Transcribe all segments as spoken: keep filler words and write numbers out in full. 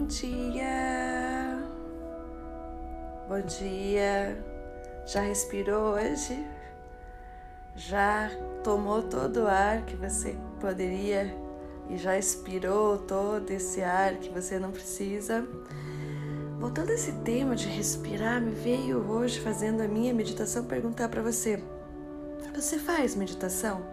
Bom dia, bom dia. Já respirou hoje? Já tomou todo o ar que você poderia e já expirou todo esse ar que você não precisa? Voltando a esse tema de respirar, me veio hoje, fazendo a minha meditação, perguntar para você: você faz meditação?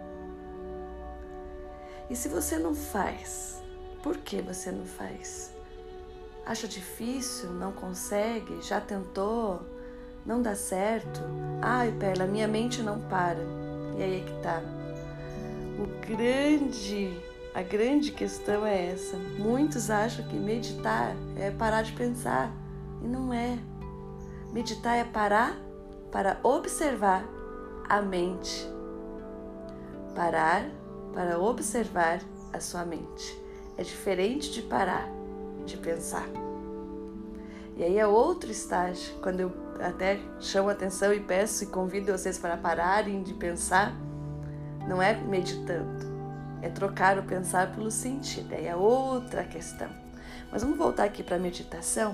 E se você não faz, por que você não faz? Acha difícil? Não consegue? Já tentou? Não dá certo? Ai, Perla, minha mente não para. E aí é que tá. O grande, a grande questão é essa. Muitos acham que meditar é parar de pensar. E não é. Meditar é parar para observar a mente. Parar para observar a sua mente. É diferente de parar de pensar. E aí é outro estágio, quando eu até chamo a atenção e peço e convido vocês para pararem de pensar, não é meditando, é trocar o pensar pelo sentir, aí é outra questão. Mas vamos voltar aqui para a meditação.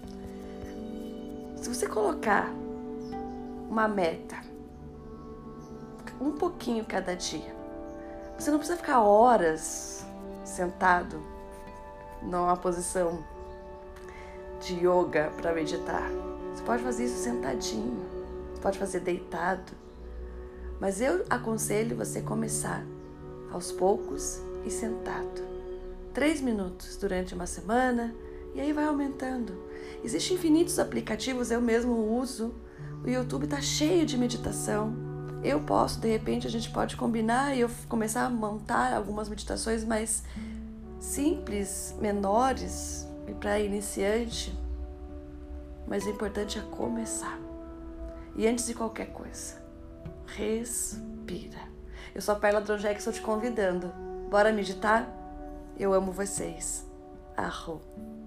Se você colocar uma meta, um pouquinho cada dia, você não precisa ficar horas sentado numa posição de yoga para meditar. Você pode fazer isso sentadinho, você pode fazer deitado, mas eu aconselho você começar aos poucos e sentado. Três minutos durante uma semana e aí vai aumentando. Existem infinitos aplicativos, eu mesmo uso. O YouTube está cheio de meditação. Eu posso, de repente, a gente pode combinar e eu começar a montar algumas meditações mais simples, menores e para iniciante. Mas o importante é começar. E antes de qualquer coisa, respira. Eu sou a Perla Dronjek, estou te convidando. Bora meditar? Eu amo vocês. Arro.